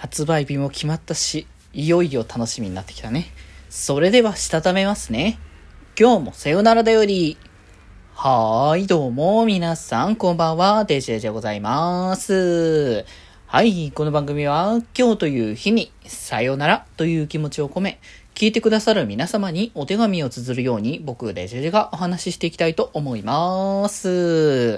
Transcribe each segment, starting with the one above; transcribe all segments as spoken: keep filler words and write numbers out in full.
発売日も決まったし、いよいよ楽しみになってきたね。それではしたためますね。今日もさよならだより。はーい、どうも皆さんこんばんは、デジェジでございます。はい、この番組は今日という日にさよならという気持ちを込め、聞いてくださる皆様にお手紙を綴るように僕デジェジがお話ししていきたいと思います。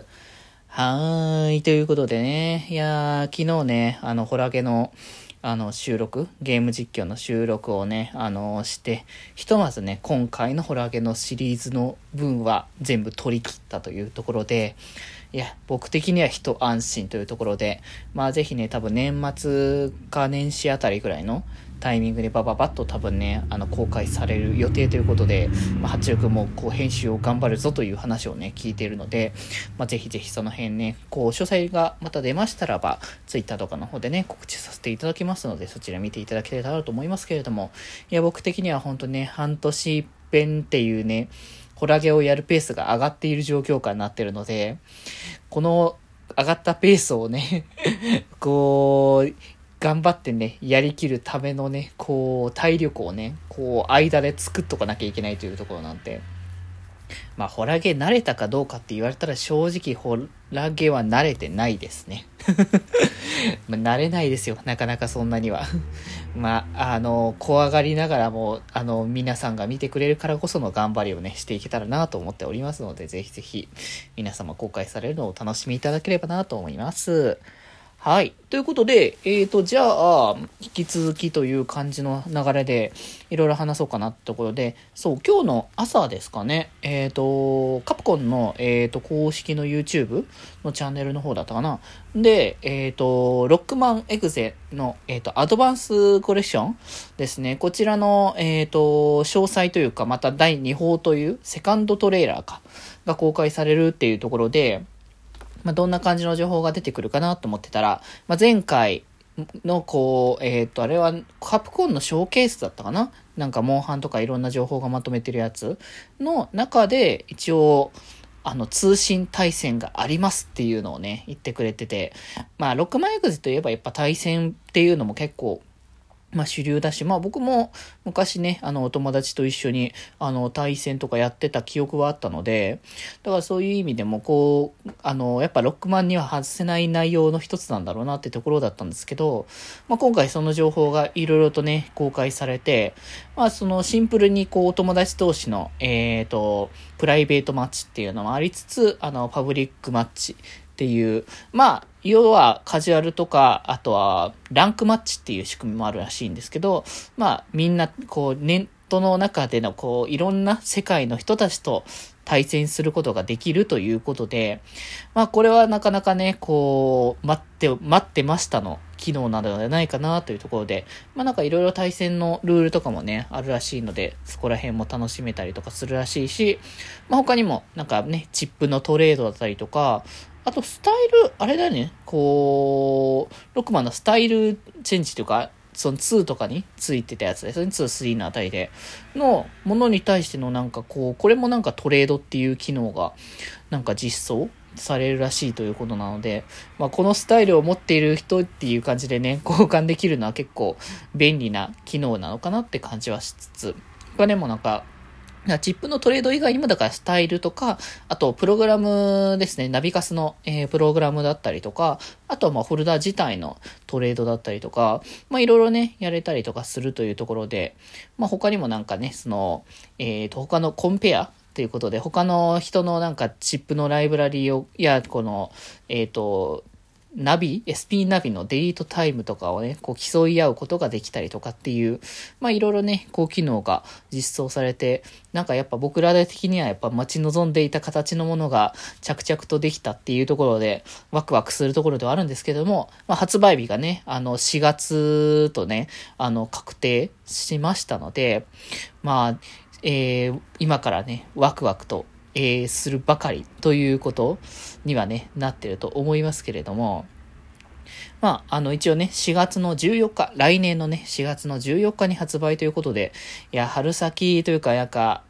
はーい。ということでね。いやー、昨日ね、あの、ホラゲの、あの、収録、ゲーム実況の収録をね、あの、して、ひとまずね、今回のホラゲのシリーズの分は全部取り切ったというところで、いや、僕的には一安心というところで、まあぜひね、多分年末か年始あたりぐらいのタイミングでバババッと多分ね、あの公開される予定ということで、まあ、八六もこう編集を頑張るぞという話をね、聞いているので、まあぜひぜひその辺ね、こう詳細がまた出ましたらば、ツイッターとかの方でね、告知させていただきますので、そちら見ていただけたらと思いますけれども、いや、僕的には本当ね、半年一遍っていうね、ホラゲをやるペースが上がっている状況下になっているので、この上がったペースをねこう頑張ってねやりきるためのねこう体力をねこう間で作っとかなきゃいけないというところなんで、まあホラゲ慣れたかどうかって言われたら正直ホラゲは慣れてないですねまあ慣れないですよ、なかなかそんなにはまああの怖がりながらもあの皆さんが見てくれるからこその頑張りをねしていけたらなと思っておりますので、ぜひぜひ皆様公開されるのをお楽しみいただければなと思います。はい。ということで、えーと、じゃあ、引き続きという感じの流れで、いろいろ話そうかなってところで、そう、今日の朝ですかね、えーと、カプコンの、えーと、公式の YouTube のチャンネルの方だったかな。で、えーと、ロックマンエグゼの、えーと、アドバンスコレクションですね。こちらの、えーと、詳細というか、まただいにほうというセカンドトレーラーか、が公開されるっていうところで、まあ、どんな感じの情報が出てくるかなと思ってたら、まあ、前回のこう、えっと、あれはカプコンのショーケースだったかな、なんかモンハンとかいろんな情報がまとめてるやつの中で一応、あの、通信対戦がありますっていうのをね、言ってくれてて、まあ、ロックマンエグゼといえばやっぱ対戦っていうのも結構、まあ主流だし、まあ僕も昔ね、あのお友達と一緒にあの対戦とかやってた記憶はあったので、だからそういう意味でもこう、あのやっぱロックマンには外せない内容の一つなんだろうなってところだったんですけど、まあ今回その情報がいろいろとね、公開されて、まあそのシンプルにこうお友達同士の、えっと、プライベートマッチっていうのもありつつ、あのパブリックマッチっていう、まあ、要はカジュアルとか、あとはランクマッチっていう仕組みもあるらしいんですけど、まあみんなこうネットの中でのこういろんな世界の人たちと対戦することができるということで、まあこれはなかなかね、こう待って、待ってましたの機能なのではないかなというところで、まあなんかいろいろ対戦のルールとかもね、あるらしいので、そこら辺も楽しめたりとかするらしいし、まあ他にもなんかね、チップのトレードだったりとか、あと、スタイル、あれだね、こう、ロックマンのスタイルチェンジというか、そのにとかについてたやつですね。に、さんのあたりで、のものに対してのなんかこう、これもなんかトレードっていう機能が、なんか実装されるらしいということなので、まあこのスタイルを持っている人っていう感じでね、交換できるのは結構便利な機能なのかなって感じはしつつ、他でもなんか、チップのトレード以外にもだからスタイルとか、あとプログラムですね、ナビカスの、えー、プログラムだったりとか、あとはまあフォルダ自体のトレードだったりとか、まあいろいろね、やれたりとかするというところで、まあ他にもなんかね、その、えーと、他のコンペアということで、他の人のなんかチップのライブラリーを、いや、この、えーと、ナビ エスピー ナビのデリートタイムとかをね、こう競い合うことができたりとかっていう、まあいろいろね、こう機能が実装されて、なんかやっぱ僕ら的にはやっぱ待ち望んでいた形のものが着々とできたっていうところで、ワクワクするところではあるんですけども、まあ発売日がね、あのしがつとね、あの確定しましたので、まあ、えー、今からね、ワクワクとえー、するばかりということにはね、なってると思いますけれども、まあ、あの一応ね、しがつのじゅうよっか、来年のね、しがつのじゅうよっかに発売ということで、いや、春先というか、なんか、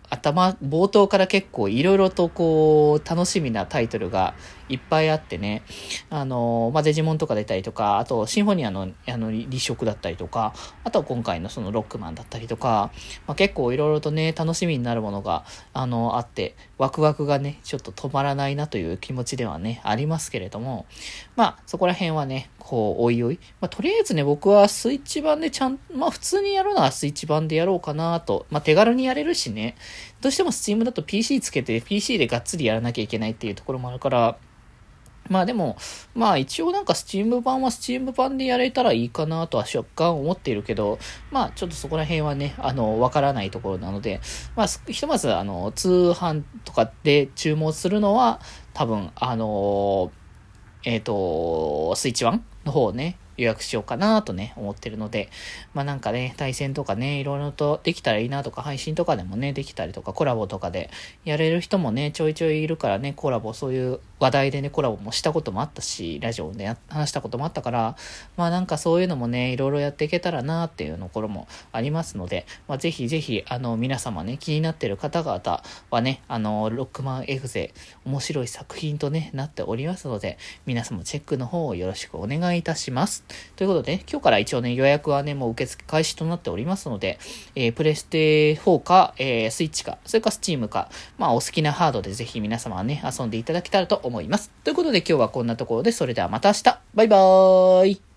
頭、冒頭から結構いろいろとこう、楽しみなタイトルがいっぱいあってね、あの、まあ、デジモンとか出たりとか、あと、シンフォニアの、あの、立色だったりとか、あとは今回のそのロックマンだったりとか、まあ、結構いろいろとね、楽しみになるものが、あの、あって、ワクワクがね、ちょっと止まらないなという気持ちではね、ありますけれども、まあ、そこら辺はね、こう、おいおい、まあ、とりあえずね、僕はスイッチ版でちゃん、まあ、普通にやるのはスイッチ版でやろうかなと、まあ、手軽にやれるしね、どうしても Steam だと ピーシー つけて ピーシー でがっつりやらなきゃいけないっていうところもあるから、まあでも、まあ一応なんか Steam 版は Steam 版でやれたらいいかなとは若干思っているけど、まあちょっとそこら辺はね、あの、わからないところなので、まあひとまずあの、通販とかで注文するのは、多分、あの、えっと、スイッチ版の方をね、予約しようかなとね、思ってるので、まあなんかね、対戦とかね、いろいろとできたらいいなとか、配信とかでもね、できたりとか、コラボとかでやれる人もね、ちょいちょいいるからね、コラボ、そういう話題でね、コラボもしたこともあったし、ラジオで話したこともあったから、まあなんかそういうのもね、いろいろやっていけたらなっていうところもありますので、まあぜひぜひ、あの、皆様ね、気になってる方々はね、あの、ロックマンエグゼ、面白い作品とね、なっておりますので、皆様チェックの方をよろしくお願いいたします。ということで、今日から一応ね、予約はね、もう受付開始となっておりますので、えー、プレステフォーか、えー、スイッチか、それかスチームか、まあお好きなハードでぜひ皆様はね、遊んでいただけたらと思います。ということで今日はこんなところで、それではまた明日バイバーイ